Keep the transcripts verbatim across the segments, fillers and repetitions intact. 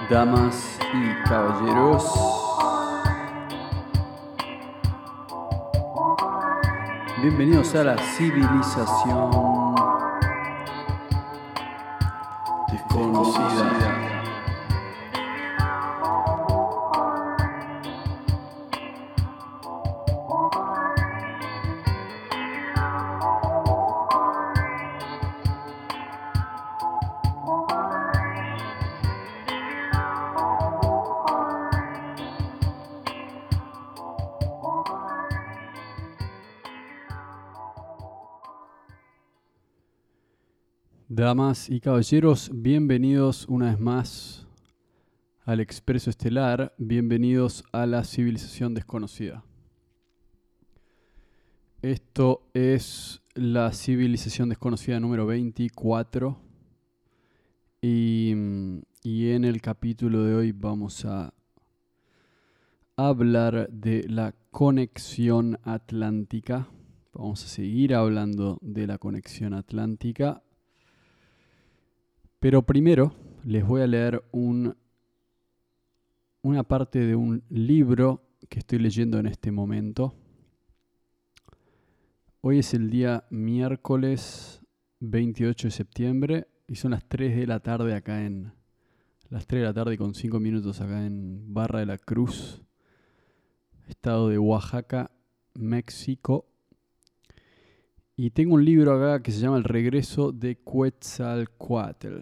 Damas y caballeros, bienvenidos a la civilización desconocida. Damas y caballeros, bienvenidos una vez más al Expreso Estelar, bienvenidos a la civilización desconocida. Esto es la civilización desconocida número veinticuatro y, y en el capítulo de hoy vamos a hablar de la conexión atlántica. Vamos a seguir hablando de la conexión atlántica. Pero primero les voy a leer un, una parte de un libro que estoy leyendo en este momento. Hoy es el día miércoles veintiocho de septiembre y son las tres de la tarde acá en... Las tres de la tarde con cinco minutos acá en Barra de la Cruz, estado de Oaxaca, México. Y tengo un libro acá que se llama El regreso de Quetzalcóatl.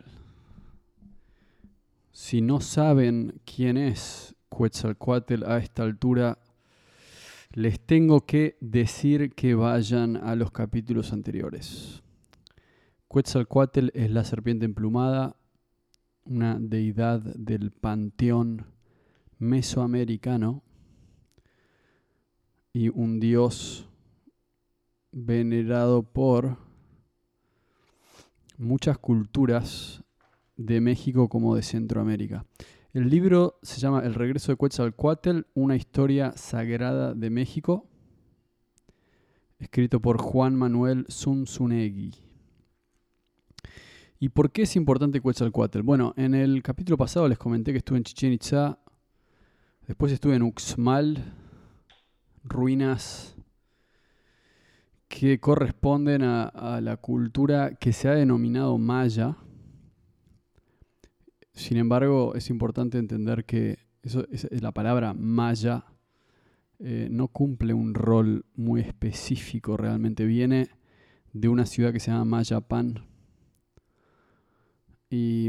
Si no saben quién es Quetzalcóatl a esta altura, les tengo que decir que vayan a los capítulos anteriores. Quetzalcóatl es la serpiente emplumada, una deidad del panteón mesoamericano y un dios venerado por muchas culturas de México como de Centroamérica. El libro se llama El regreso de Quetzalcóatl, una historia sagrada de México, escrito por Juan Manuel Zunzunegui. ¿Y por qué es importante Quetzalcóatl? Bueno, en el capítulo pasado les comenté que estuve en Chichén Itzá, después estuve en Uxmal, ruinas que corresponden a, a la cultura que se ha denominado maya. Sin embargo, es importante entender que eso, es, la palabra maya eh, no cumple un rol muy específico realmente. Viene de una ciudad que se llama Mayapán. Y,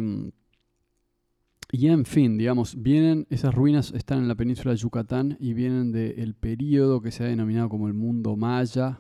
y en fin, digamos, vienen, esas ruinas están en la península de Yucatán y vienen del periodo que se ha denominado como el mundo maya.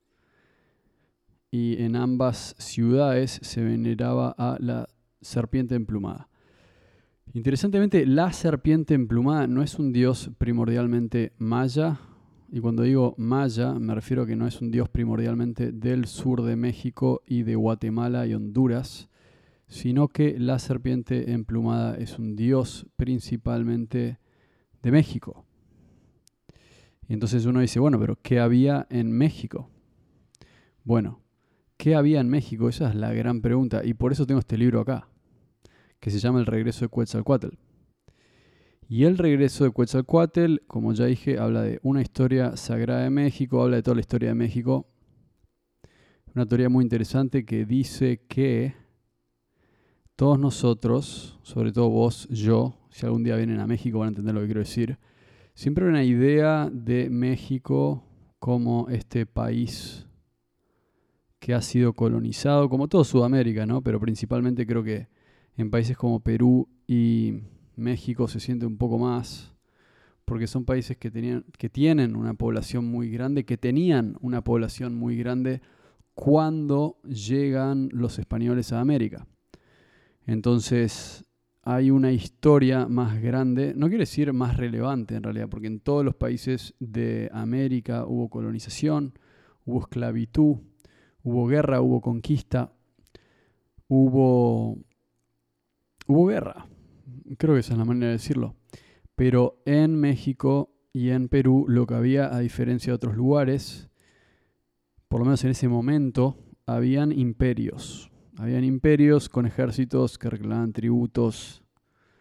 Y en ambas ciudades se veneraba a la serpiente emplumada. Interesantemente, la serpiente emplumada no es un dios primordialmente maya, y cuando digo maya me refiero a que no es un dios primordialmente del sur de México y de Guatemala y Honduras, sino que la serpiente emplumada es un dios principalmente de México. Y entonces uno dice, bueno, pero ¿qué había en México? Bueno, ¿qué había en México? Esa es la gran pregunta. Y por eso tengo este libro acá, que se llama El regreso de Quetzalcóatl. Y el regreso de Quetzalcóatl, como ya dije, habla de una historia sagrada de México, habla de toda la historia de México. Una teoría muy interesante que dice que todos nosotros, sobre todo vos, yo, si algún día vienen a México van a entender lo que quiero decir, siempre hay una idea de México como este país que ha sido colonizado, como todo Sudamérica, ¿no? Pero principalmente creo que en países como Perú y México se siente un poco más, porque son países que, tenían, que tienen una población muy grande, que tenían una población muy grande cuando llegan los españoles a América. Entonces hay una historia más grande, no quiere decir más relevante en realidad, porque en todos los países de América hubo colonización, hubo esclavitud, hubo guerra, hubo conquista, hubo, hubo guerra. Creo que esa es la manera de decirlo. Pero en México y en Perú lo que había, a diferencia de otros lugares, por lo menos en ese momento, habían imperios. Habían imperios con ejércitos que reclamaban tributos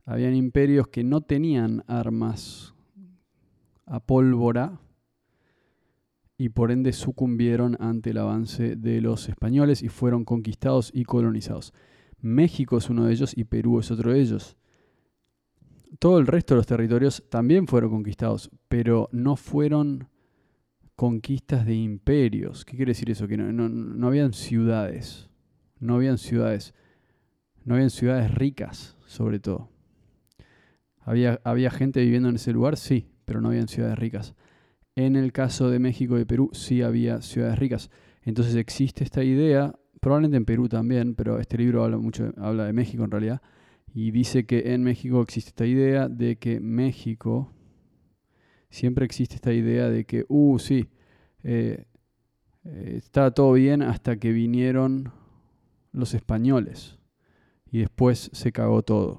Habían imperios que no tenían armas a pólvora y por ende sucumbieron ante el avance de los españoles y fueron conquistados y colonizados. México es uno de ellos y Perú es otro de ellos. Todo el resto de los territorios también fueron conquistados, pero no fueron conquistas de imperios. ¿Qué quiere decir eso? Que no, no, no habían ciudades. No habían ciudades. No habían ciudades ricas, sobre todo. ¿Había, había gente viviendo en ese lugar? Sí, pero no habían ciudades ricas. En el caso de México y Perú sí había ciudades ricas. Entonces existe esta idea, probablemente en Perú también, pero este libro habla mucho, habla de México en realidad, y dice que en México existe esta idea de que México, siempre existe esta idea de que, uh, sí, eh, eh, estaba todo bien hasta que vinieron los españoles y después se cagó todo.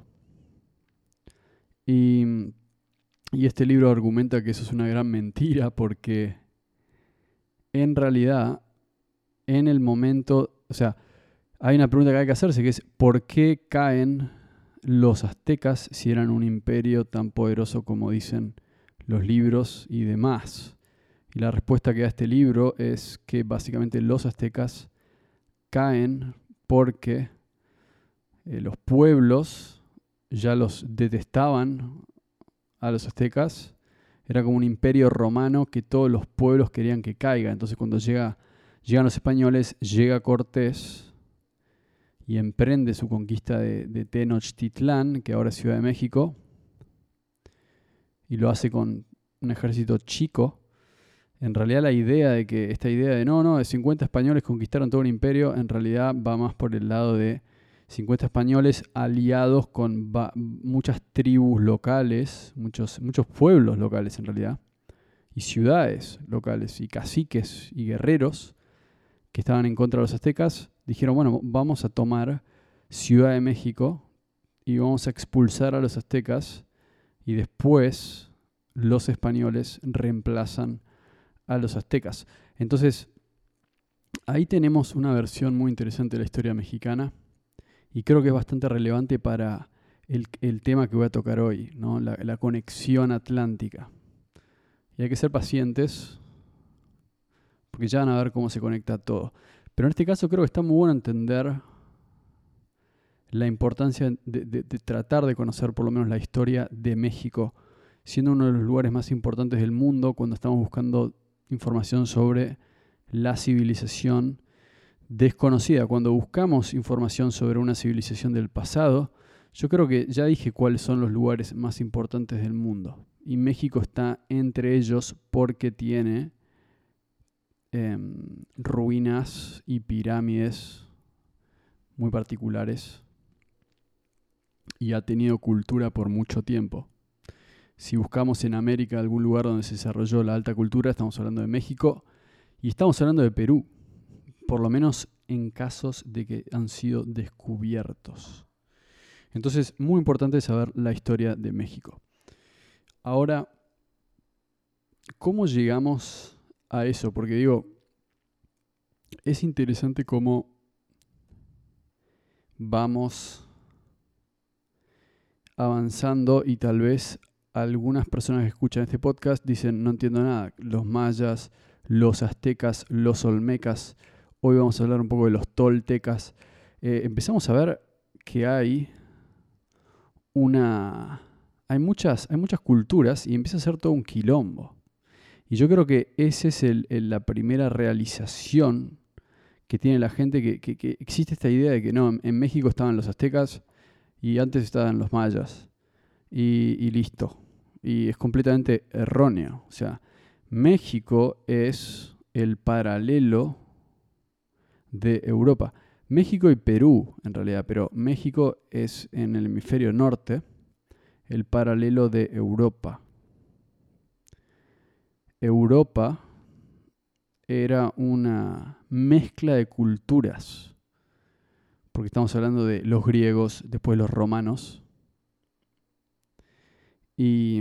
Y, y este libro argumenta que eso es una gran mentira porque en realidad, en el momento, o sea, hay una pregunta que hay que hacerse que es ¿por qué caen los aztecas si eran un imperio tan poderoso como dicen los libros y demás? Y la respuesta que da este libro es que básicamente los aztecas caen porque eh, los pueblos ya los detestaban a los aztecas. Era como un imperio romano que todos los pueblos querían que caiga. Entonces cuando llega, llegan los españoles, llega Cortés y emprende su conquista de, de Tenochtitlán, que ahora es Ciudad de México, y lo hace con un ejército chico. En realidad la idea de que, esta idea de no, no, de cincuenta españoles conquistaron todo un imperio, en realidad va más por el lado de cincuenta españoles aliados con va, muchas tribus locales, muchos, muchos pueblos locales en realidad, y ciudades locales, y caciques y guerreros que estaban en contra de los aztecas, dijeron, bueno, vamos a tomar Ciudad de México y vamos a expulsar a los aztecas y después los españoles reemplazan a los aztecas. Entonces, ahí tenemos una versión muy interesante de la historia mexicana y creo que es bastante relevante para el, el tema que voy a tocar hoy, ¿no? La, la conexión atlántica. Y hay que ser pacientes porque ya van a ver cómo se conecta todo. Pero en este caso creo que está muy bueno entender la importancia de, de, de tratar de conocer por lo menos la historia de México, siendo uno de los lugares más importantes del mundo cuando estamos buscando información sobre la civilización desconocida. Cuando buscamos información sobre una civilización del pasado, yo creo que ya dije cuáles son los lugares más importantes del mundo. Y México está entre ellos porque tiene eh, ruinas y pirámides muy particulares y ha tenido cultura por mucho tiempo. Si buscamos en América algún lugar donde se desarrolló la alta cultura, estamos hablando de México y estamos hablando de Perú, por lo menos en casos de que han sido descubiertos. Entonces, muy importante saber la historia de México. Ahora, ¿cómo llegamos a eso? Porque digo, es interesante cómo vamos avanzando y tal vez algunas personas que escuchan este podcast dicen, no entiendo nada, los mayas, los aztecas, los olmecas, hoy vamos a hablar un poco de los toltecas. Eh, empezamos a ver que hay una... Hay muchas, hay muchas culturas y empieza a ser todo un quilombo. Y yo creo que esa es el, el, la primera realización que tiene la gente, que, que, que existe esta idea de que no, en, en México estaban los aztecas y antes estaban los mayas. Y, y listo. Y es completamente erróneo. O sea, México es el paralelo de Europa. México y Perú, en realidad, pero México es en el hemisferio norte el paralelo de Europa. Europa era una mezcla de culturas, porque estamos hablando de los griegos, después los romanos, y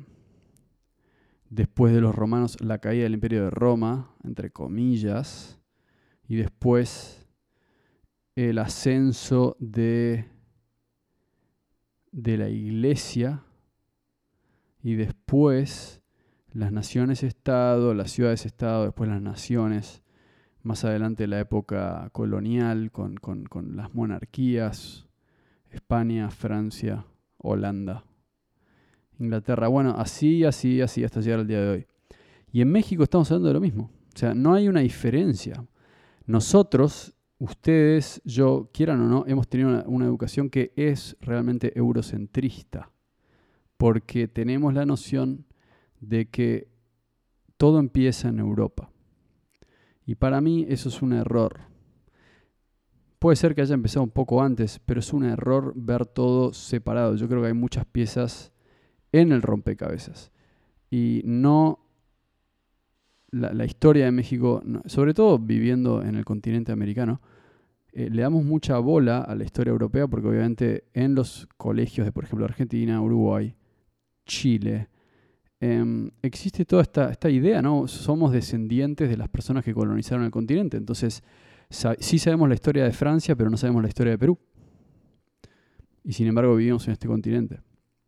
después de los romanos la caída del Imperio de Roma, entre comillas, y después el ascenso de de la iglesia y después las naciones-estado, las ciudades-estado, después las naciones, más adelante la época colonial con, con, con las monarquías, España, Francia, Holanda, Inglaterra. Bueno, así, así, así hasta llegar al día de hoy. Y en México estamos hablando de lo mismo. O sea, no hay una diferencia. Nosotros, ustedes, yo, quieran o no, hemos tenido una, una educación que es realmente eurocentrista, porque tenemos la noción de que todo empieza en Europa. Y para mí eso es un error. Puede ser que haya empezado un poco antes, pero es un error ver todo separado. Yo creo que hay muchas piezas en el rompecabezas. Y no la, la historia de México, no, sobre todo viviendo en el continente americano, eh, le damos mucha bola a la historia europea porque obviamente en los colegios de, por ejemplo, Argentina, Uruguay, Chile, eh, existe toda esta, esta idea, ¿no? Somos descendientes de las personas que colonizaron el continente. Entonces, sa- sí sabemos la historia de Francia, pero no sabemos la historia de Perú. Y sin embargo vivimos en este continente.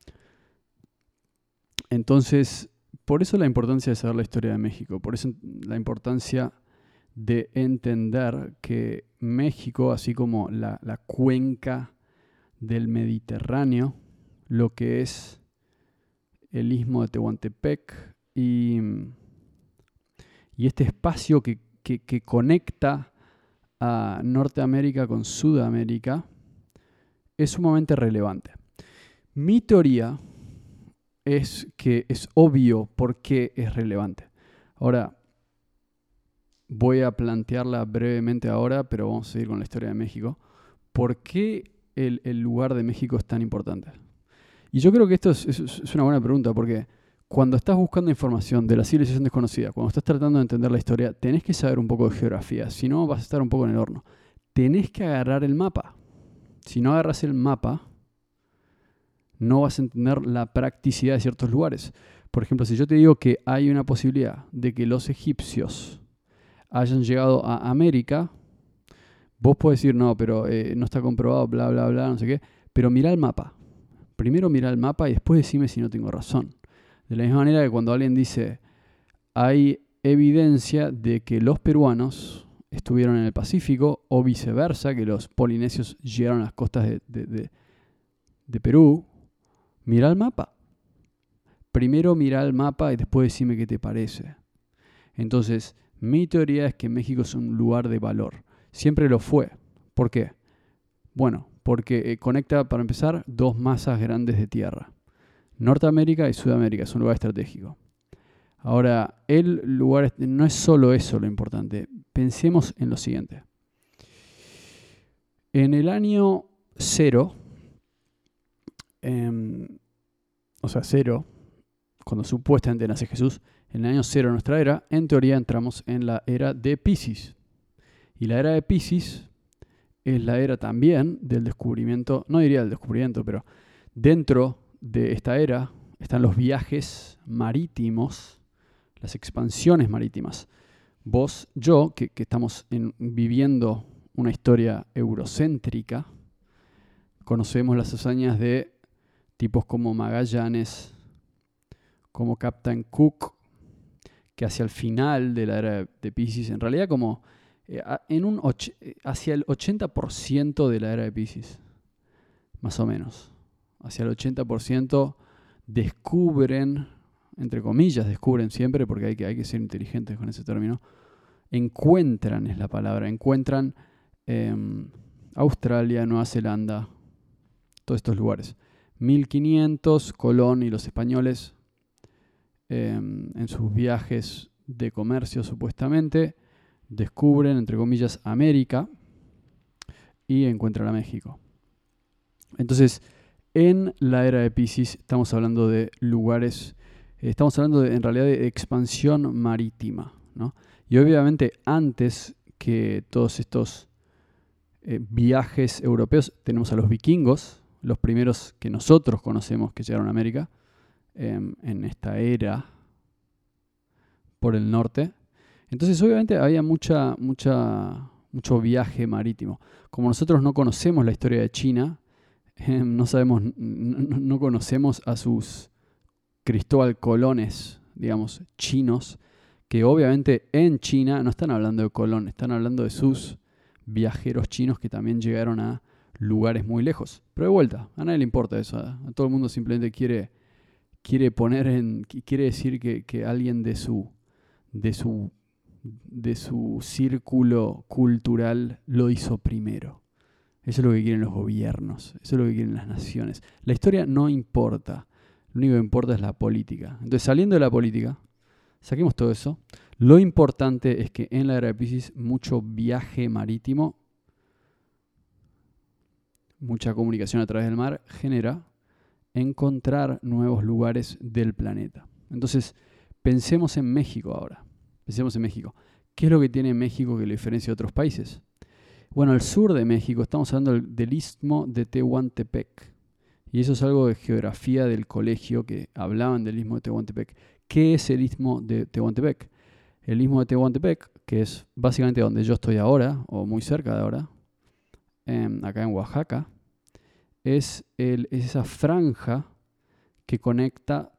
Entonces, por eso la importancia de saber la historia de México, por eso la importancia de entender que México, así como la, la cuenca del Mediterráneo, lo que es el istmo de Tehuantepec y, y este espacio que, que, que conecta a Norteamérica con Sudamérica, es sumamente relevante. Mi teoría es que es obvio por qué es relevante. Ahora, voy a plantearla brevemente ahora, pero vamos a seguir con la historia de México. ¿Por qué el, el lugar de México es tan importante? Y yo creo que esto es, es, es una buena pregunta, porque cuando estás buscando información de la civilización desconocida, cuando estás tratando de entender la historia, tenés que saber un poco de geografía, si no vas a estar un poco en el horno. Tenés que agarrar el mapa. Si no agarras el mapa, no vas a entender la practicidad de ciertos lugares. Por ejemplo, si yo te digo que hay una posibilidad de que los egipcios hayan llegado a América, vos podés decir, no, pero eh, no está comprobado, bla, bla, bla, no sé qué. Pero mirá el mapa. Primero mirá el mapa y después decime si no tengo razón. De la misma manera que cuando alguien dice, hay evidencia de que los peruanos estuvieron en el Pacífico, o viceversa, que los polinesios llegaron a las costas de, de, de, de Perú, mirá el mapa. Primero mirá el mapa y después decime qué te parece. Entonces, mi teoría es que México es un lugar de valor. Siempre lo fue. ¿Por qué? Bueno, porque eh, conecta, para empezar, dos masas grandes de tierra. Norteamérica y Sudamérica. Es un lugar estratégico. Ahora, el lugar no es solo eso lo importante. Pensemos en lo siguiente. En el año cero, eh, o sea, cero, cuando supuestamente nace Jesús, en el año cero de nuestra era, en teoría entramos en la era de Piscis. Y la era de Piscis es la era también del descubrimiento, no diría del descubrimiento, pero dentro de esta era están los viajes marítimos, las expansiones marítimas. Vos, yo, que, que estamos en, viviendo una historia eurocéntrica, conocemos las hazañas de tipos como Magallanes, como Captain Cook, que hacia el final de la era de Piscis, en realidad como eh, en un och- hacia el ochenta por ciento de la era de Piscis, más o menos. Hacia el ochenta por ciento descubren, entre comillas, descubren siempre, porque hay que, hay que ser inteligentes con ese término, encuentran, es la palabra, encuentran eh, Australia, Nueva Zelanda, todos estos lugares. mil quinientos, Colón y los españoles, eh, en sus viajes de comercio supuestamente, descubren, entre comillas, América y encuentran a México. Entonces, en la era de Piscis estamos hablando de lugares, eh, estamos hablando de, en realidad de expansión marítima, ¿no? Y obviamente antes que todos estos eh, viajes europeos tenemos a los vikingos, los primeros que nosotros conocemos que llegaron a América, eh, en esta era por el norte. Entonces obviamente había mucha, mucha, mucho viaje marítimo. Como nosotros no conocemos la historia de China, Eh, no sabemos, no, no conocemos a sus Cristóbal Colones, digamos, chinos, que obviamente en China no están hablando de Colón, están hablando de sus viajeros chinos que también llegaron a lugares muy lejos. Pero de vuelta, a nadie le importa eso. A, a todo el mundo simplemente quiere, quiere poner en, quiere decir que, que alguien de su, de su, de su círculo cultural lo hizo primero. Eso es lo que quieren los gobiernos, eso es lo que quieren las naciones. La historia no importa, lo único que importa es la política. Entonces, saliendo de la política, saquemos todo eso. Lo importante es que en la era de Piscis, mucho viaje marítimo, mucha comunicación a través del mar, genera encontrar nuevos lugares del planeta. Entonces, pensemos en México ahora. Pensemos en México. ¿Qué es lo que tiene México que lo diferencia de otros países? Bueno, al sur de México estamos hablando del, del istmo de Tehuantepec. Y eso es algo de geografía del colegio que hablaban del istmo de Tehuantepec. ¿Qué es el istmo de Tehuantepec? El istmo de Tehuantepec, que es básicamente donde yo estoy ahora, o muy cerca de ahora, eh, acá en Oaxaca, es, el, es esa franja que conecta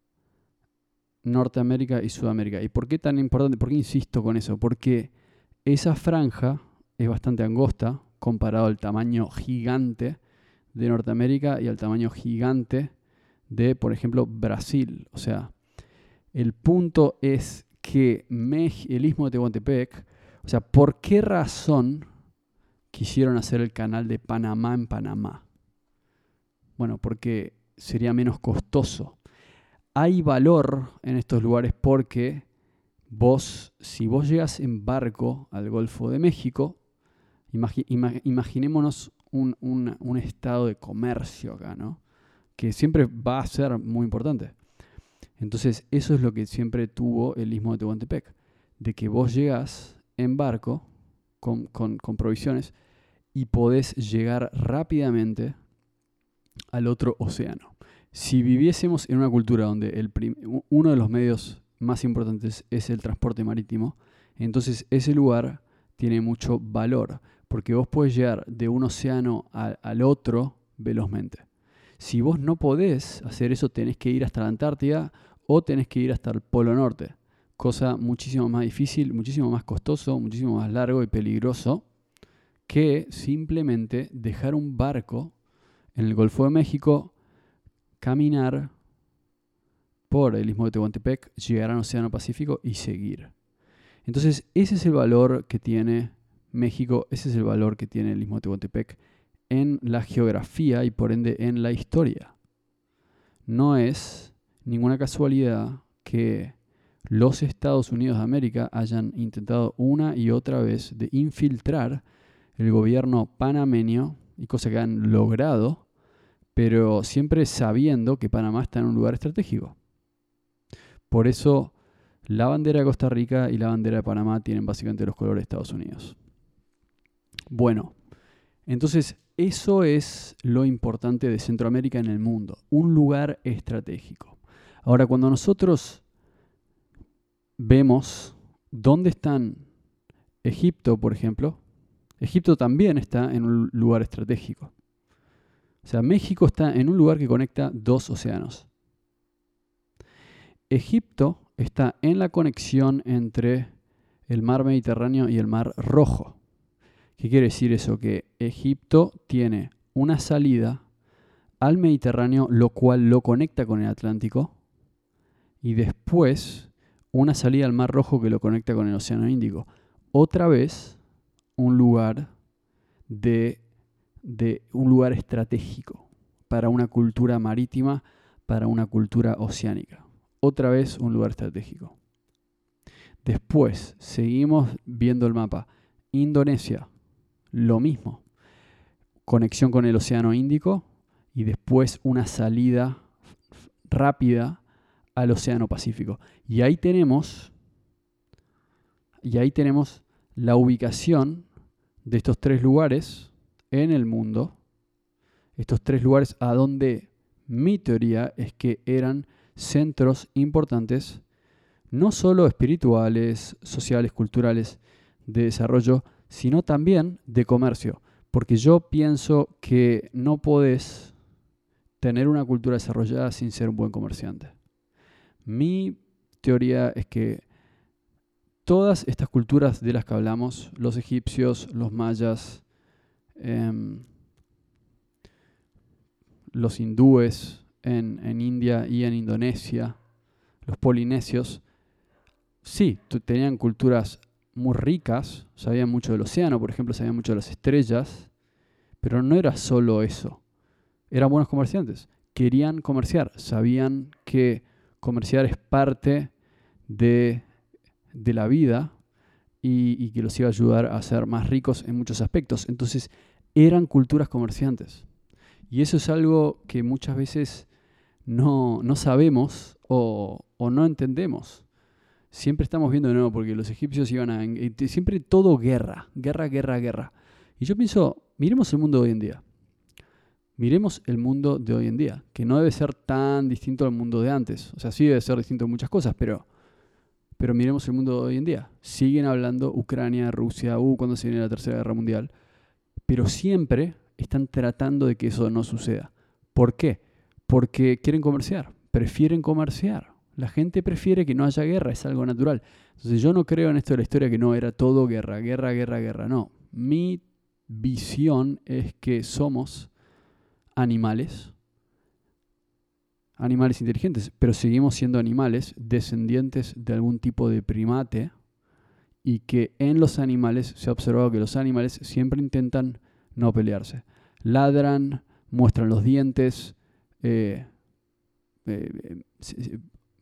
Norteamérica y Sudamérica. ¿Y por qué tan importante? ¿Por qué insisto con eso? Porque esa franja es bastante angosta comparado al tamaño gigante de Norteamérica y al tamaño gigante de, por ejemplo, Brasil. O sea, el punto es que el istmo de Tehuantepec, o sea, ¿por qué razón quisieron hacer el canal de Panamá en Panamá? Bueno, porque sería menos costoso. Hay valor en estos lugares porque vos, si vos llegas en barco al Golfo de México, imagi- ima- imaginémonos un, un, un estado de comercio acá, ¿no? Que siempre va a ser muy importante. Entonces, eso es lo que siempre tuvo el istmo de Tehuantepec, de que vos llegás en barco con, con, con provisiones y podés llegar rápidamente al otro océano. Si viviésemos en una cultura donde el prim- uno de los medios más importantes es el transporte marítimo, entonces ese lugar tiene mucho valor, porque vos podés llegar de un océano a, al otro velozmente. Si vos no podés hacer eso, tenés que ir hasta la Antártida o tenés que ir hasta el Polo Norte, cosa muchísimo más difícil, muchísimo más costoso, muchísimo más largo y peligroso que simplemente dejar un barco en el Golfo de México, caminar por el istmo de Tehuantepec, llegar al Océano Pacífico y seguir. Entonces, ese es el valor que tiene México, ese es el valor que tiene el istmo de Tehuantepec en la geografía y por ende en la historia. No es ninguna casualidad que los Estados Unidos de América hayan intentado una y otra vez de infiltrar el gobierno panameño, y cosa que han logrado, pero siempre sabiendo que Panamá está en un lugar estratégico. Por eso la bandera de Costa Rica y la bandera de Panamá tienen básicamente los colores de Estados Unidos. Bueno, entonces eso es lo importante de Centroamérica en el mundo, un lugar estratégico. Ahora, cuando nosotros vemos dónde están Egipto, por ejemplo, Egipto también está en un lugar estratégico. O sea, México está en un lugar que conecta dos océanos. Egipto está en la conexión entre el mar Mediterráneo y el mar Rojo. ¿Qué quiere decir eso? Que Egipto tiene una salida al Mediterráneo, lo cual lo conecta con el Atlántico, y después una salida al mar Rojo que lo conecta con el Océano Índico. Otra vez, un lugar de, de un lugar estratégico para una cultura marítima, para una cultura oceánica. Otra vez un lugar estratégico. Después, seguimos viendo el mapa. Indonesia, lo mismo. Conexión con el Océano Índico y después una salida rápida al Océano Pacífico. Y ahí tenemos, y ahí tenemos la ubicación de estos tres lugares en el mundo. Estos tres lugares a donde mi teoría es que eran centros importantes, no solo espirituales, sociales, culturales, de desarrollo, sino también de comercio. Porque yo pienso que no podés tener una cultura desarrollada sin ser un buen comerciante. Mi teoría es que todas estas culturas de las que hablamos, los egipcios, los mayas, eh, los hindúes en, en India y en Indonesia, los polinesios, sí, tenían culturas muy ricas, sabían mucho del océano, por ejemplo, sabían mucho de las estrellas, pero no era solo eso. Eran buenos comerciantes, querían comerciar, sabían que comerciar es parte de, de la vida y, y que los iba a ayudar a ser más ricos en muchos aspectos. Entonces, eran culturas comerciantes. Y eso es algo que muchas veces no, no sabemos o, o no entendemos. Siempre estamos viendo de nuevo, porque los egipcios iban a... Siempre todo guerra, guerra, guerra, guerra. Y yo pienso, miremos el mundo de hoy en día. Miremos el mundo de hoy en día, que no debe ser tan distinto al mundo de antes. O sea, sí debe ser distinto en muchas cosas, pero, pero miremos el mundo de hoy en día. Siguen hablando Ucrania, Rusia, uh, cuando se viene la Tercera Guerra Mundial. Pero siempre están tratando de que eso no suceda. ¿Por qué? Porque quieren comerciar, prefieren comerciar. La gente prefiere que no haya guerra, es algo natural. Entonces yo no creo en esto de la historia que no era todo guerra, guerra, guerra, guerra. No, mi visión es que somos animales, animales inteligentes, pero seguimos siendo animales descendientes de algún tipo de primate y que en los animales se ha observado que los animales siempre intentan no pelearse. Ladran, muestran los dientes, eh, eh, eh,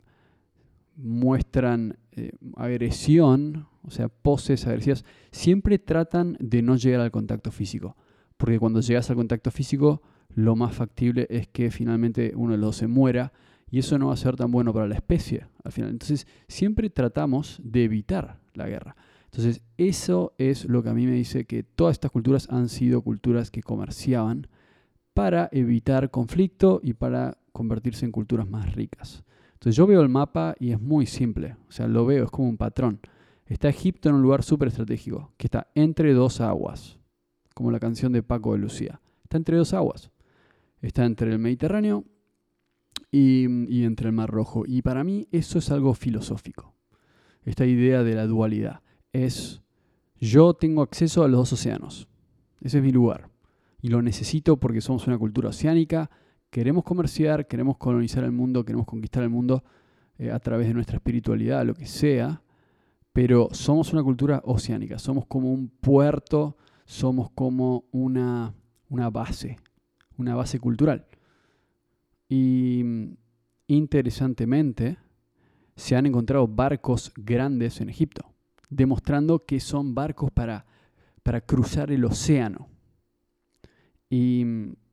muestran eh, agresión, o sea, poses agresivas. Siempre tratan de no llegar al contacto físico, porque cuando llegas al contacto físico, lo más factible es que finalmente uno de los dos se muera, y eso no va a ser tan bueno para la especie al final. Entonces, siempre tratamos de evitar la guerra. Entonces, eso es lo que a mí me dice que todas estas culturas han sido culturas que comerciaban para evitar conflicto y para convertirse en culturas más ricas. Entonces yo veo el mapa y es muy simple, o sea, lo veo, es como un patrón. Está Egipto en un lugar súper estratégico, que está entre dos aguas, como la canción de Paco de Lucía. Está entre dos aguas. Está entre el Mediterráneo y, y entre el Mar Rojo. Y para mí eso es algo filosófico. Esta idea de la dualidad es, yo tengo acceso a los dos océanos. Ese es mi lugar. Y lo necesito porque somos una cultura oceánica. Queremos comerciar, queremos colonizar el mundo, queremos conquistar el mundo eh, a través de nuestra espiritualidad, lo que sea, pero somos una cultura oceánica, somos como un puerto, somos como una, una base, una base cultural. Y interesantemente, se han encontrado barcos grandes en Egipto, demostrando que son barcos para, para cruzar el océano. Y...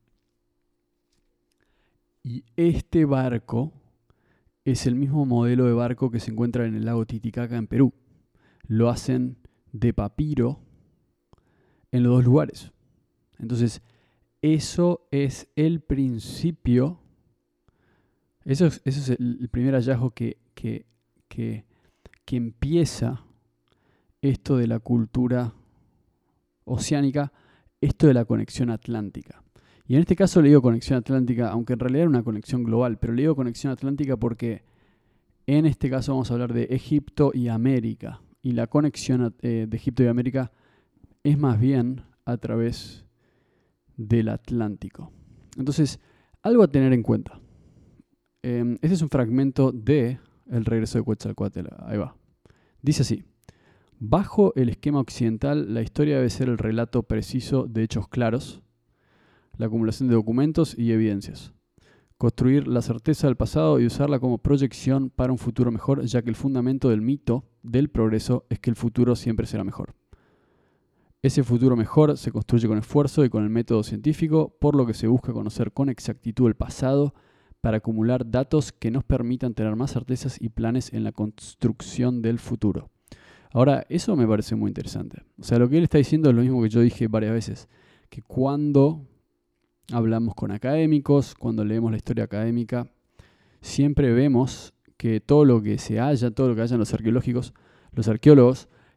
Y este barco es el mismo modelo de barco que se encuentra en el lago Titicaca en Perú. Lo hacen de papiro en los dos lugares. Entonces, eso es el principio, eso es, eso es el primer hallazgo que, que, que, que empieza esto de la cultura oceánica, esto de la conexión atlántica. Y en este caso le digo conexión atlántica, aunque en realidad era una conexión global, pero le digo conexión atlántica porque en este caso vamos a hablar de Egipto y América. Y la conexión eh, de Egipto y América es más bien a través del Atlántico. Entonces, algo a tener en cuenta. Eh, este es un fragmento de El regreso de Quetzalcóatl. Ahí va. Dice así: bajo el esquema occidental, la historia debe ser el relato preciso de hechos claros, la acumulación de documentos y evidencias. Construir la certeza del pasado y usarla como proyección para un futuro mejor, ya que el fundamento del mito del progreso es que el futuro siempre será mejor. Ese futuro mejor se construye con esfuerzo y con el método científico, por lo que se busca conocer con exactitud el pasado para acumular datos que nos permitan tener más certezas y planes en la construcción del futuro. Ahora, eso me parece muy interesante. O sea, lo que él está diciendo es lo mismo que yo dije varias veces, que cuando hablamos con académicos, cuando leemos la historia académica, siempre vemos que todo lo que se halla, todo lo que hayan los arqueológicos, los arqueólogos,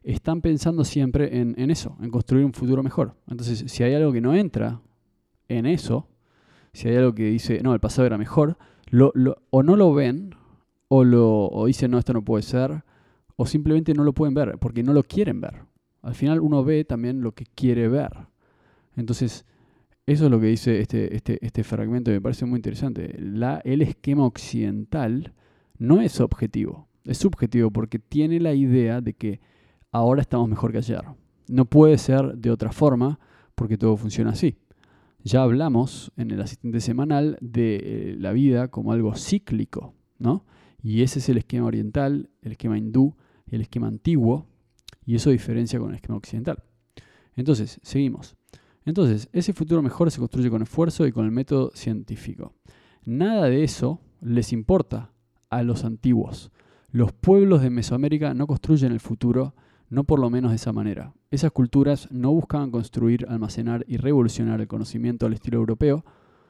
están pensando siempre en, en eso, en construir un futuro mejor. Entonces, si hay algo que no entra en eso, si hay algo que dice, no, el pasado era mejor, lo, lo, o no lo ven, o, lo, o dicen, no, esto no puede ser, o simplemente no lo pueden ver, porque no lo quieren ver. Al final uno ve también lo que quiere ver. Entonces, eso es lo que dice este, este, este fragmento, y me parece muy interesante. La, el esquema occidental no es objetivo, es subjetivo, porque tiene la idea de que ahora estamos mejor que ayer. No puede ser de otra forma, porque todo funciona así. Ya hablamos en el asistente semanal de eh, la vida como algo cíclico, ¿no? Y ese es el esquema oriental, el esquema hindú, el esquema antiguo, y eso diferencia con el esquema occidental. Entonces, seguimos. Entonces, ese futuro mejor se construye con esfuerzo y con el método científico. Nada de eso les importa a los antiguos. Los pueblos de Mesoamérica no construyen el futuro, no por lo menos de esa manera. Esas culturas no buscaban construir, almacenar y revolucionar el conocimiento al estilo europeo,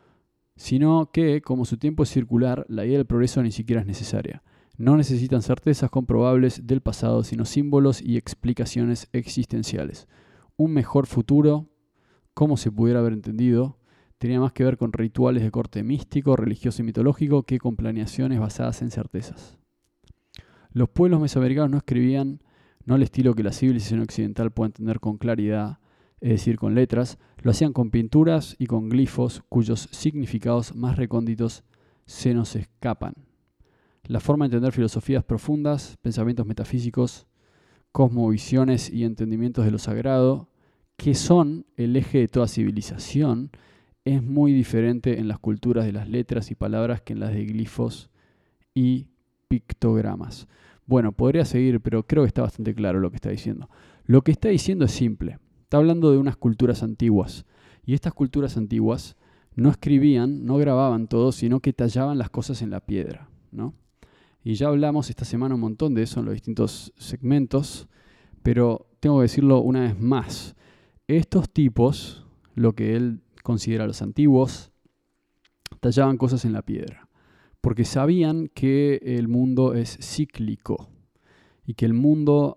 sino que, como su tiempo es circular, la idea del progreso ni siquiera es necesaria. No necesitan certezas comprobables del pasado, sino símbolos y explicaciones existenciales. Un mejor futuro, como se pudiera haber entendido, tenía más que ver con rituales de corte místico, religioso y mitológico que con planeaciones basadas en certezas. Los pueblos mesoamericanos no escribían, no al estilo que la civilización occidental puede entender con claridad, es decir, con letras, lo hacían con pinturas y con glifos cuyos significados más recónditos se nos escapan. La forma de entender filosofías profundas, pensamientos metafísicos, cosmovisiones y entendimientos de lo sagrado, que son el eje de toda civilización, es muy diferente en las culturas de las letras y palabras que en las de glifos y pictogramas. Bueno, podría seguir, pero creo que está bastante claro lo que está diciendo. Lo que está diciendo es simple. Está hablando de unas culturas antiguas. Y estas culturas antiguas no escribían, no grababan todo, sino que tallaban las cosas en la piedra, ¿no? Y ya hablamos esta semana un montón de eso en los distintos segmentos, pero tengo que decirlo una vez más. Estos tipos, lo que él considera los antiguos, tallaban cosas en la piedra, porque sabían que el mundo es cíclico y que el mundo,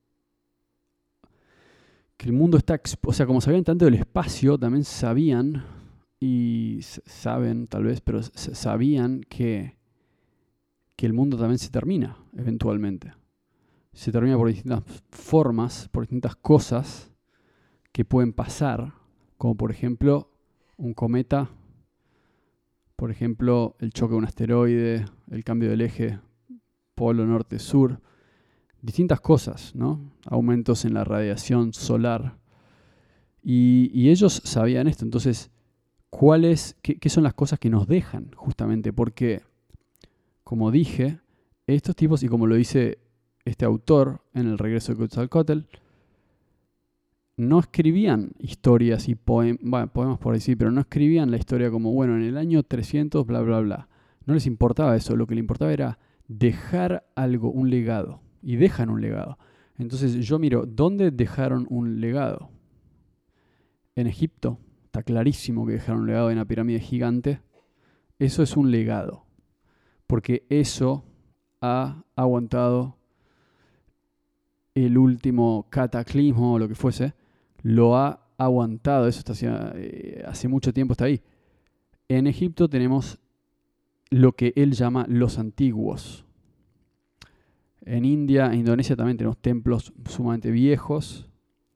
que el mundo está, o sea, como sabían tanto del espacio, también sabían, y saben tal vez, pero sabían que, que el mundo también se termina eventualmente. Se termina por distintas formas, por distintas cosas que pueden pasar, como por ejemplo un cometa, por ejemplo el choque de un asteroide, el cambio del eje polo norte-sur, distintas cosas, ¿no? Aumentos en la radiación solar. Y, y ellos sabían esto. Entonces, ¿cuáles, qué, qué son las cosas que nos dejan justamente? Porque, como dije, estos tipos, y como lo dice este autor en El regreso de Quetzalcóatl, no escribían historias y poem, bueno, poemas por decir, pero no escribían la historia como, bueno, en el año trescientos, bla, bla, bla. No les importaba eso. Lo que les importaba era dejar algo, un legado. Y dejan un legado. Entonces yo miro, ¿dónde dejaron un legado? En Egipto. Está clarísimo que dejaron un legado en la pirámide gigante. Eso es un legado. Porque eso ha aguantado el último cataclismo o lo que fuese. Lo ha aguantado. Eso está hacia, eh, hace mucho tiempo está ahí. En Egipto tenemos lo que él llama los antiguos. En India e Indonesia también tenemos templos sumamente viejos.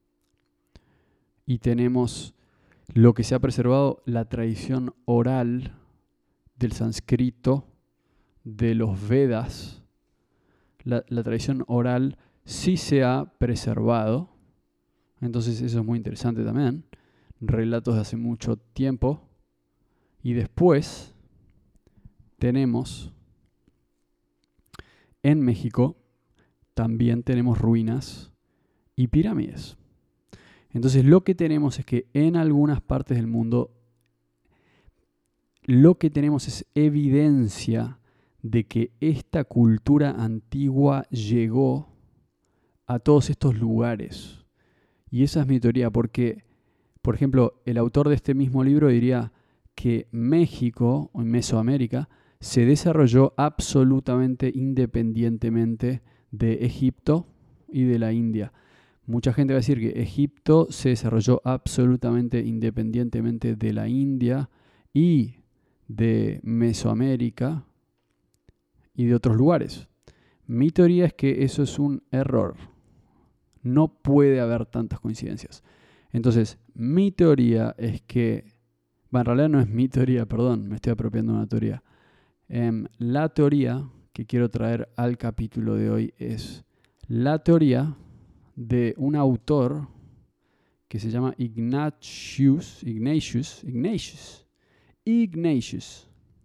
Y tenemos lo que se ha preservado, la tradición oral del sánscrito, de los Vedas. La, la tradición oral sí se ha preservado. Entonces eso es muy interesante también. Relatos de hace mucho tiempo. Y después tenemos en México también tenemos ruinas y pirámides. Entonces lo que tenemos es que en algunas partes del mundo lo que tenemos es evidencia de que esta cultura antigua llegó a todos estos lugares. Y esa es mi teoría, porque, por ejemplo, el autor de este mismo libro diría que México, o Mesoamérica, se desarrolló absolutamente independientemente de Egipto y de la India. Mucha gente va a decir que Egipto se desarrolló absolutamente independientemente de la India y de Mesoamérica y de otros lugares. Mi teoría es que eso es un error. No puede haber tantas coincidencias. Entonces, mi teoría es que... Bueno, en realidad no es mi teoría, perdón, me estoy apropiando de una teoría. Eh, la teoría que quiero traer al capítulo de hoy es la teoría de un autor que se llama Ignatius, Ignatius, Ignatius, Ignatius,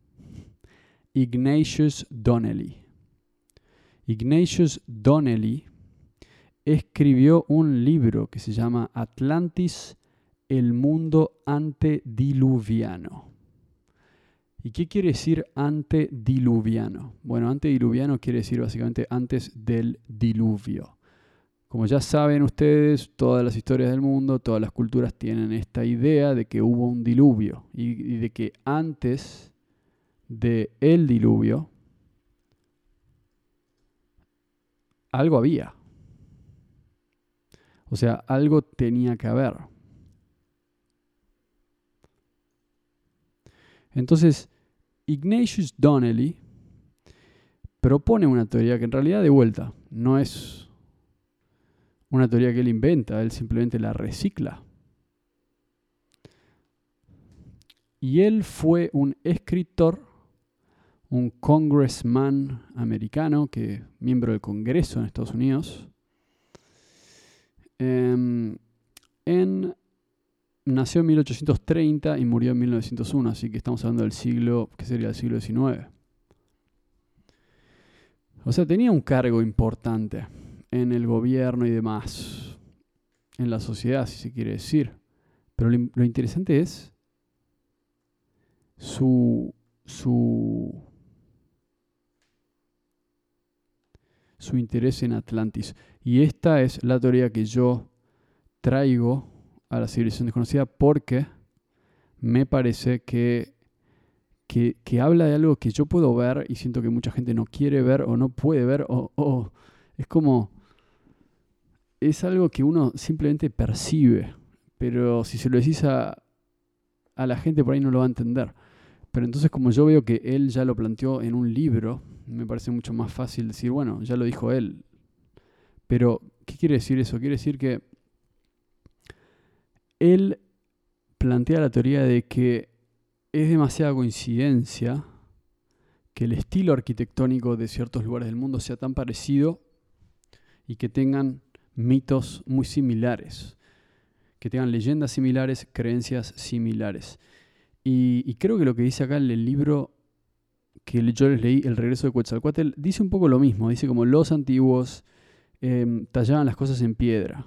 Ignatius Donnelly. Ignatius Donnelly escribió un libro que se llama Atlantis, el mundo antediluviano. ¿Y qué quiere decir antediluviano? Bueno, antediluviano quiere decir básicamente antes del diluvio. Como ya saben ustedes, todas las historias del mundo, todas las culturas tienen esta idea de que hubo un diluvio y, y de que antes del diluvio algo había. O sea, algo tenía que haber. Entonces, Ignatius Donnelly propone una teoría que en realidad, de vuelta, no es una teoría que él inventa, él simplemente la recicla. Y él fue un escritor, un congressman americano, que miembro del Congreso en Estados Unidos. Eh, en, nació en mil ochocientos treinta y murió en mil novecientos uno, así que estamos hablando del siglo, ¿qué sería el siglo diecinueve? O sea, tenía un cargo importante en el gobierno y demás, en la sociedad, si se quiere decir. Pero lo, lo interesante es su, su, su interés en Atlantis. Y esta es la teoría que yo traigo a la civilización desconocida porque me parece que, que, que habla de algo que yo puedo ver y siento que mucha gente no quiere ver o no puede ver. O, o es como... Es algo que uno simplemente percibe, pero si se lo decís a, a la gente por ahí no lo va a entender. Pero entonces, como yo veo que él ya lo planteó en un libro, me parece mucho más fácil decir, bueno, ya lo dijo él. Pero, ¿qué quiere decir eso? Quiere decir que él plantea la teoría de que es demasiada coincidencia que el estilo arquitectónico de ciertos lugares del mundo sea tan parecido y que tengan mitos muy similares, que tengan leyendas similares, creencias similares. Y, y creo que lo que dice acá en el libro que yo les leí, El regreso de Quetzalcóatl, dice un poco lo mismo. Dice como los antiguos eh, tallaban las cosas en piedra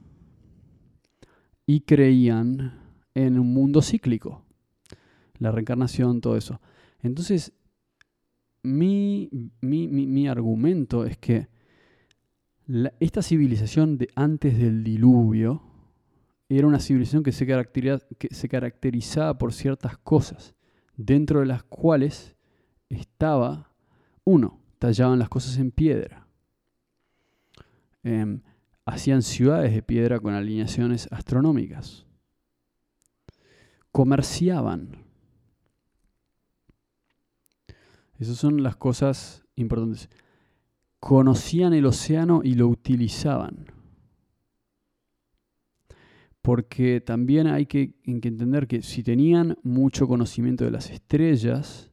y creían en un mundo cíclico, la reencarnación, todo eso. Entonces, mi, mi, mi, mi argumento es que La, esta civilización de antes del diluvio era una civilización que se, caracteriza, que se caracterizaba por ciertas cosas, dentro de las cuales estaba, uno, tallaban las cosas en piedra, eh, hacían ciudades de piedra con alineaciones astronómicas, comerciaban. Esas son las cosas importantes. Conocían el océano y lo utilizaban. Porque también hay que, hay que entender que si tenían mucho conocimiento de las estrellas,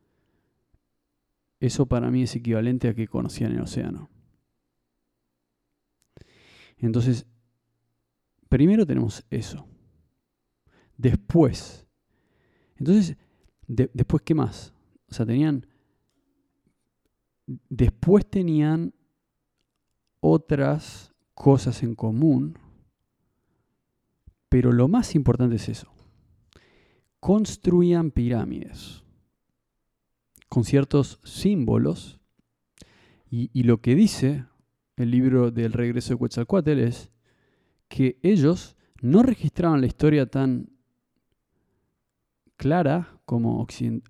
eso para mí es equivalente a que conocían el océano. Entonces, primero tenemos eso. Después, entonces, de, después, ¿qué más? O sea, tenían... Después tenían otras cosas en común, pero lo más importante es eso. Construían pirámides con ciertos símbolos y, y lo que dice el libro del regreso de Quetzalcóatl es que ellos no registraban la historia tan clara como occident,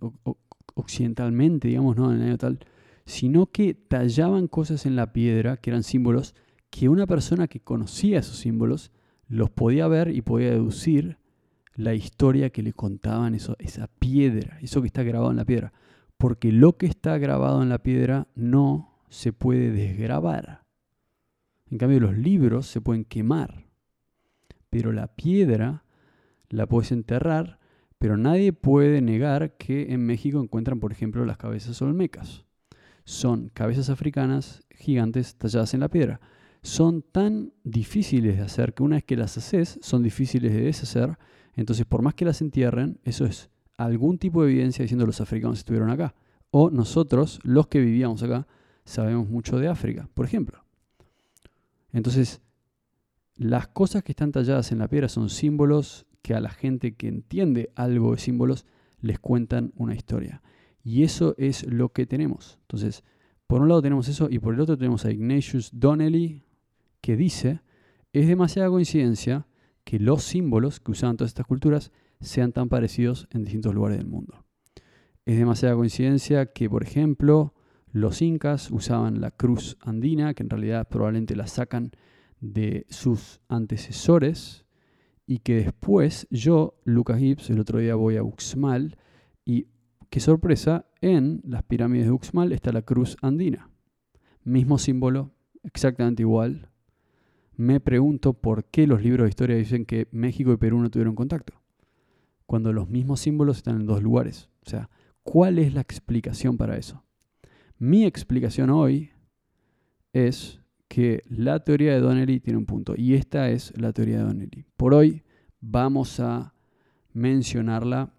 occidentalmente, digamos, ¿no? En el año tal, sino que tallaban cosas en la piedra que eran símbolos que una persona que conocía esos símbolos los podía ver y podía deducir la historia que le contaban eso, esa piedra, eso que está grabado en la piedra. Porque lo que está grabado en la piedra no se puede desgrabar. En cambio, los libros se pueden quemar. Pero la piedra la puedes enterrar, pero nadie puede negar que en México encuentran, por ejemplo, las cabezas olmecas. Son cabezas africanas gigantes talladas en la piedra. Son tan difíciles de hacer que una vez que las haces, son difíciles de deshacer. Entonces, por más que las entierren, eso es algún tipo de evidencia diciendo los africanos estuvieron acá. O nosotros, los que vivíamos acá, sabemos mucho de África, por ejemplo. Entonces, las cosas que están talladas en la piedra son símbolos que a la gente que entiende algo de símbolos les cuentan una historia. Y eso es lo que tenemos. Entonces, por un lado tenemos eso y por el otro tenemos a Ignatius Donnelly que dice, es demasiada coincidencia que los símbolos que usaban todas estas culturas sean tan parecidos en distintos lugares del mundo. Es demasiada coincidencia que, por ejemplo, los incas usaban la cruz andina, que en realidad probablemente la sacan de sus antecesores, y que después yo, Lucas Gibbs, el otro día voy a Uxmal, y qué sorpresa, en las pirámides de Uxmal está la cruz andina. Mismo símbolo, exactamente igual. Me pregunto por qué los libros de historia dicen que México y Perú no tuvieron contacto, cuando los mismos símbolos están en dos lugares. O sea, ¿cuál es la explicación para eso? Mi explicación hoy es que la teoría de Donnelly tiene un punto, y esta es la teoría de Donnelly. Por hoy vamos a mencionarla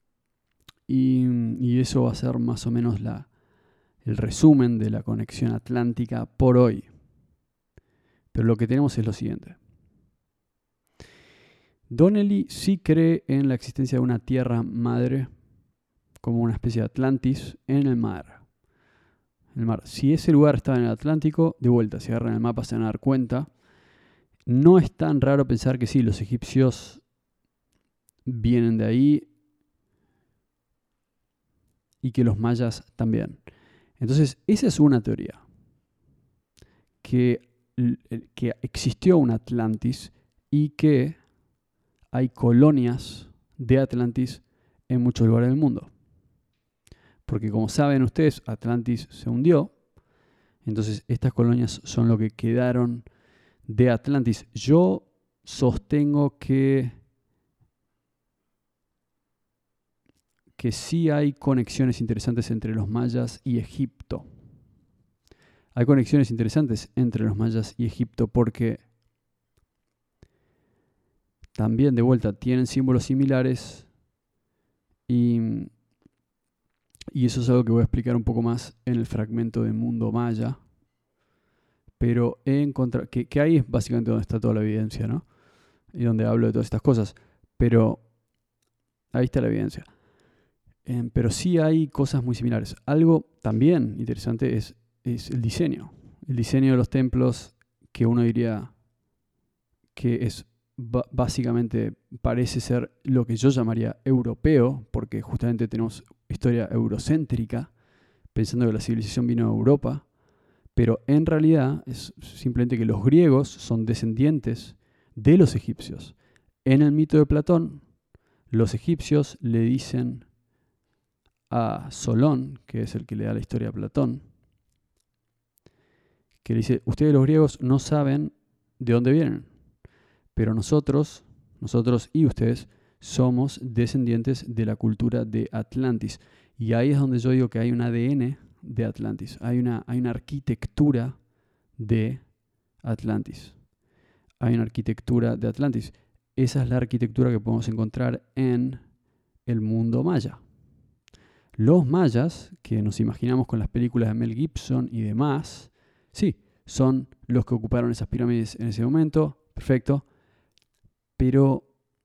y, y eso va a ser más o menos la, el resumen de la conexión atlántica por hoy. Pero lo que tenemos es lo siguiente. Donnelly sí cree en la existencia de una tierra madre, como una especie de Atlantis, en el mar. El mar. Si ese lugar estaba en el Atlántico, de vuelta, si agarran el mapa se van a dar cuenta. No es tan raro pensar que sí, los egipcios vienen de ahí y que los mayas también. Entonces, esa es una teoría. Que, que existió un Atlantis y que hay colonias de Atlantis en muchos lugares del mundo. Porque como saben ustedes, Atlantis se hundió. Entonces estas colonias son lo que quedaron de Atlantis. Yo sostengo que, que sí hay conexiones interesantes entre los mayas y Egipto. Hay conexiones interesantes entre los mayas y Egipto porque también de vuelta tienen símbolos similares y... Y eso es algo que voy a explicar un poco más en el fragmento de Mundo Maya. Pero he encontrado, que, que ahí es básicamente donde está toda la evidencia, ¿no? Y donde hablo de todas estas cosas. Pero ahí está la evidencia. Eh, pero sí hay cosas muy similares. Algo también interesante es, es el diseño. El diseño de los templos, que uno diría que es básicamente parece ser lo que yo llamaría europeo, porque justamente tenemos historia eurocéntrica, pensando que la civilización vino de Europa, pero en realidad es simplemente que los griegos son descendientes de los egipcios. En el mito de Platón, los egipcios le dicen a Solón, que es el que le da la historia a Platón, que le dice, ustedes los griegos no saben de dónde vienen, pero nosotros, nosotros y ustedes, somos descendientes de la cultura de Atlantis. Y ahí es donde yo digo que hay un A D N de Atlantis. Hay una, hay una arquitectura de Atlantis. Hay una arquitectura de Atlantis. Esa es la arquitectura que podemos encontrar en el mundo maya. Los mayas, que nos imaginamos con las películas de Mel Gibson y demás, sí, son los que ocuparon esas pirámides en ese momento. Perfecto. Pero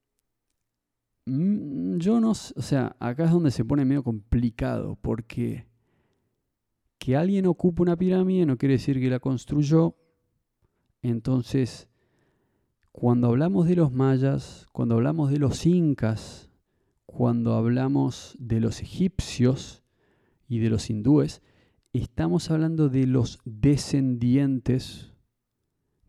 yo no, o sea, acá es donde se pone medio complicado, porque que alguien ocupe una pirámide no quiere decir que la construyó. Entonces, cuando hablamos de los mayas, cuando hablamos de los incas, cuando hablamos de los egipcios y de los hindúes, estamos hablando de los descendientes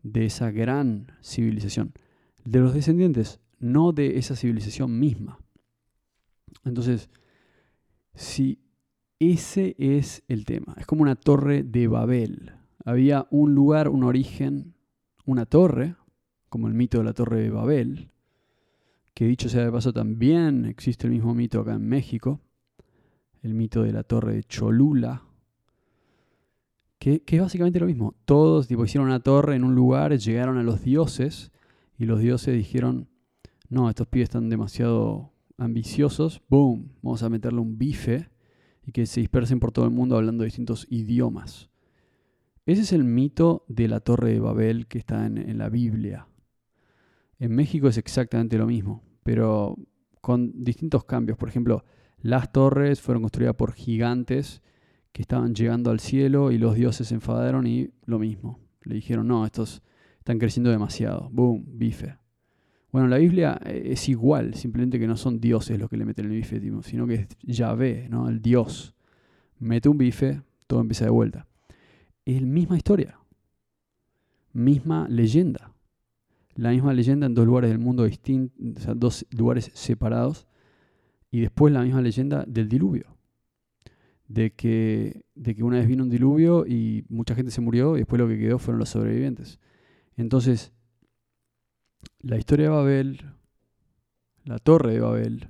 de esa gran civilización, de los descendientes, no de esa civilización misma. Entonces, si ese es el tema, es como una torre de Babel. Había un lugar, un origen, una torre, como el mito de la torre de Babel, que dicho sea de paso también existe el mismo mito acá en México, el mito de la torre de Cholula, que, que es básicamente lo mismo. Todos tipo, hicieron una torre en un lugar, llegaron a los dioses y los dioses dijeron, no, estos pibes están demasiado ambiciosos, boom, vamos a meterle un bife y que se dispersen por todo el mundo hablando distintos idiomas. Ese es el mito de la torre de Babel que está en, en la Biblia. En México es exactamente lo mismo, pero con distintos cambios. Por ejemplo, las torres fueron construidas por gigantes que estaban llegando al cielo y los dioses se enfadaron y lo mismo. Le dijeron, no, estos están creciendo demasiado. Boom, bife. Bueno, la Biblia es igual, simplemente que no son dioses los que le meten el bife, sino que es Yahvé, ¿no? El Dios. Mete un bife, todo empieza de vuelta. Es la misma historia, misma leyenda. La misma leyenda en dos lugares del mundo distintos, o sea, dos lugares separados, y después la misma leyenda del diluvio. De que, de que una vez vino un diluvio y mucha gente se murió y después lo que quedó fueron los sobrevivientes. Entonces, la historia de Babel, la torre de Babel,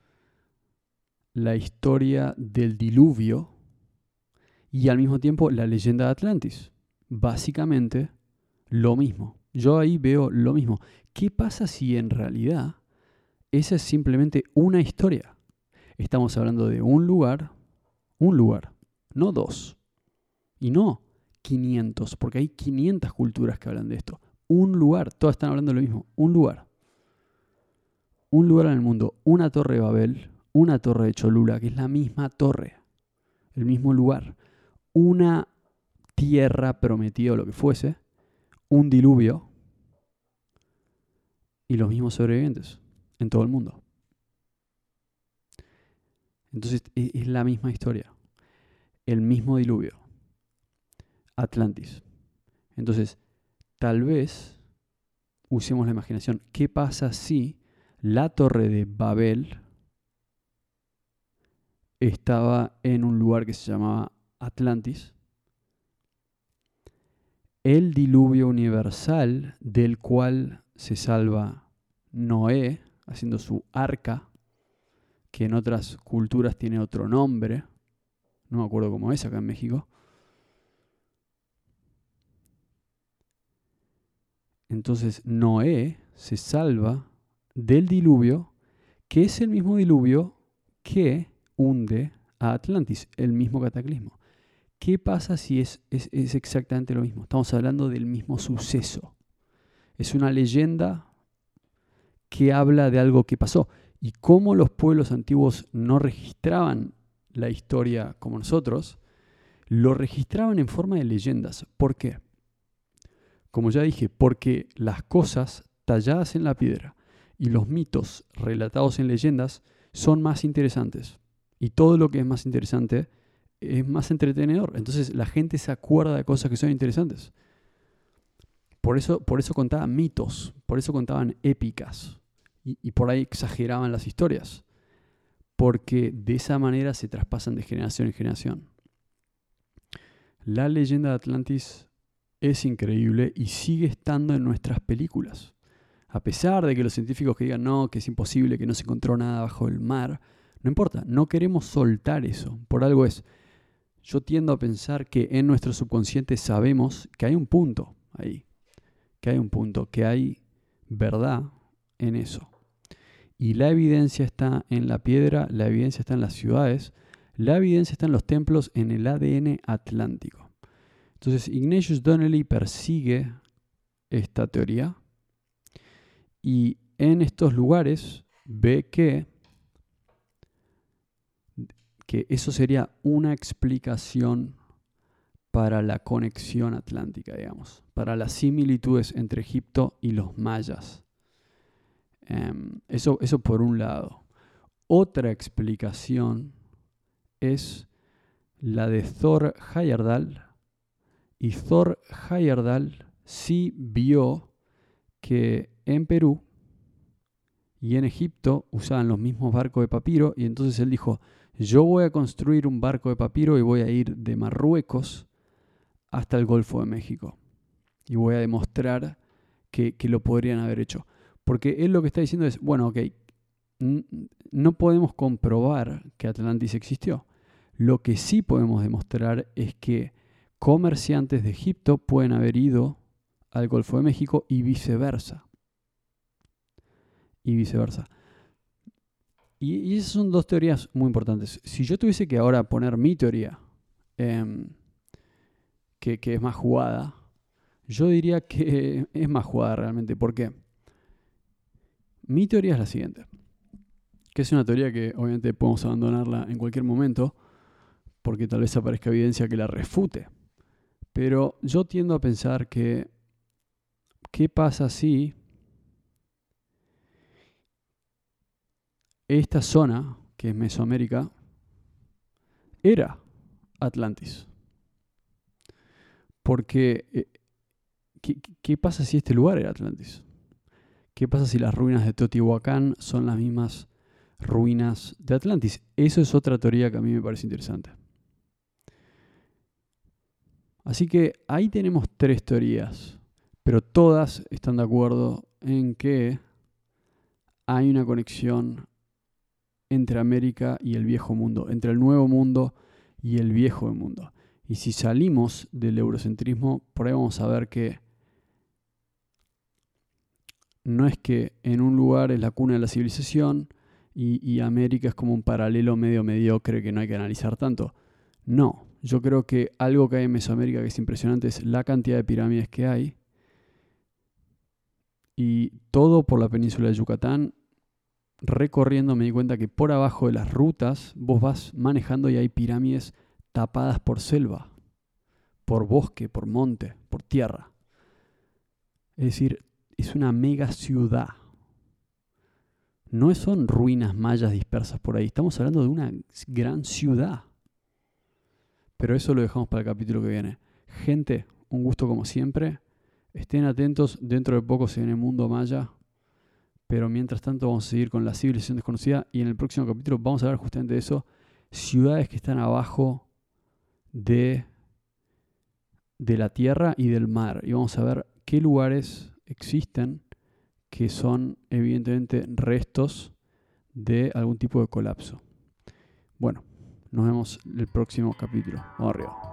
la historia del diluvio y al mismo tiempo la leyenda de Atlantis. Básicamente lo mismo. Yo ahí veo lo mismo. ¿Qué pasa si en realidad esa es simplemente una historia? Estamos hablando de un lugar, un lugar, no dos, y no quinientos, porque hay quinientas culturas que hablan de esto. Un lugar, todas están hablando de lo mismo, un lugar. Un lugar en el mundo, una torre de Babel, una torre de Cholula, que es la misma torre, el mismo lugar, una tierra prometida o lo que fuese, un diluvio y los mismos sobrevivientes en todo el mundo. Entonces es la misma historia, el mismo diluvio, Atlantis. Entonces, tal vez usemos la imaginación. ¿Qué pasa si la torre de Babel estaba en un lugar que se llamaba Atlantis? El diluvio universal del cual se salva Noé haciendo su arca, que en otras culturas tiene otro nombre, no me acuerdo cómo es acá en México. Entonces Noé se salva del diluvio, que es el mismo diluvio que hunde a Atlantis, el mismo cataclismo. ¿Qué pasa si es, es, es exactamente lo mismo? Estamos hablando del mismo suceso. Es una leyenda que habla de algo que pasó. Y cómo los pueblos antiguos no registraban la historia como nosotros, lo registraban en forma de leyendas. ¿Por qué? Como ya dije, porque las cosas talladas en la piedra y los mitos relatados en leyendas son más interesantes. Y todo lo que es más interesante es más entretenedor. Entonces la gente se acuerda de cosas que son interesantes. Por eso, por eso contaban mitos, por eso contaban épicas. Y, y por ahí exageraban las historias. Porque de esa manera se traspasan de generación en generación. La leyenda de Atlantis es increíble y sigue estando en nuestras películas. A pesar de que los científicos que digan no, que es imposible, que no se encontró nada bajo el mar, no importa, no queremos soltar eso. Por algo es, yo tiendo a pensar que en nuestro subconsciente sabemos que hay un punto ahí, que hay un punto, que hay verdad en eso. Y la evidencia está en la piedra, la evidencia está en las ciudades, la evidencia está en los templos, en el A D N atlántico. Entonces Ignatius Donnelly persigue esta teoría y en estos lugares ve que, que eso sería una explicación para la conexión atlántica, digamos, para las similitudes entre Egipto y los mayas. Um, eso, eso por un lado. Otra explicación es la de Thor Heyerdahl. Y Thor Heyerdahl sí vio que en Perú y en Egipto usaban los mismos barcos de papiro, y entonces él dijo, yo voy a construir un barco de papiro y voy a ir de Marruecos hasta el Golfo de México. Y voy a demostrar que, que lo podrían haber hecho. Porque él lo que está diciendo es, bueno, ok, n- no podemos comprobar que Atlantis existió. Lo que sí podemos demostrar es que comerciantes de Egipto pueden haber ido al Golfo de México y viceversa. Y viceversa. Y, y esas son dos teorías muy importantes. Si yo tuviese que ahora poner mi teoría, eh, que, que es más jugada, yo diría que es más jugada realmente. ¿Por qué? Mi teoría es la siguiente, que es una teoría que obviamente podemos abandonarla en cualquier momento, porque tal vez aparezca evidencia que la refute. Pero yo tiendo a pensar que, ¿qué pasa si esta zona, que es Mesoamérica, era Atlantis? Porque, eh, ¿qué, ¿qué pasa si este lugar era Atlantis? ¿Qué pasa si las ruinas de Teotihuacán son las mismas ruinas de Atlantis? Eso es otra teoría que a mí me parece interesante. Así que ahí tenemos tres teorías, pero todas están de acuerdo en que hay una conexión entre América y el viejo mundo, entre el nuevo mundo y el viejo mundo. Y si salimos del eurocentrismo, por ahí vamos a ver que no es que en un lugar es la cuna de la civilización y, y América es como un paralelo medio mediocre que no hay que analizar tanto. No, yo creo que algo que hay en Mesoamérica que es impresionante es la cantidad de pirámides que hay, y todo por la península de Yucatán. Recorriendo me di cuenta que por abajo de las rutas vos vas manejando y hay pirámides tapadas por selva, por bosque, por monte, por tierra. Es decir, es una mega ciudad. No son ruinas mayas dispersas por ahí, estamos hablando de una gran ciudad. Pero eso lo dejamos para el capítulo que viene. Gente, un gusto como siempre. Estén atentos, dentro de poco se viene Mundo Maya. Pero mientras tanto vamos a seguir con la civilización desconocida, y en el próximo capítulo vamos a hablar justamente de eso. Ciudades que están abajo de, de la tierra y del mar. Y vamos a ver qué lugares existen que son evidentemente restos de algún tipo de colapso. Bueno, nos vemos en el próximo capítulo. Vamos arriba.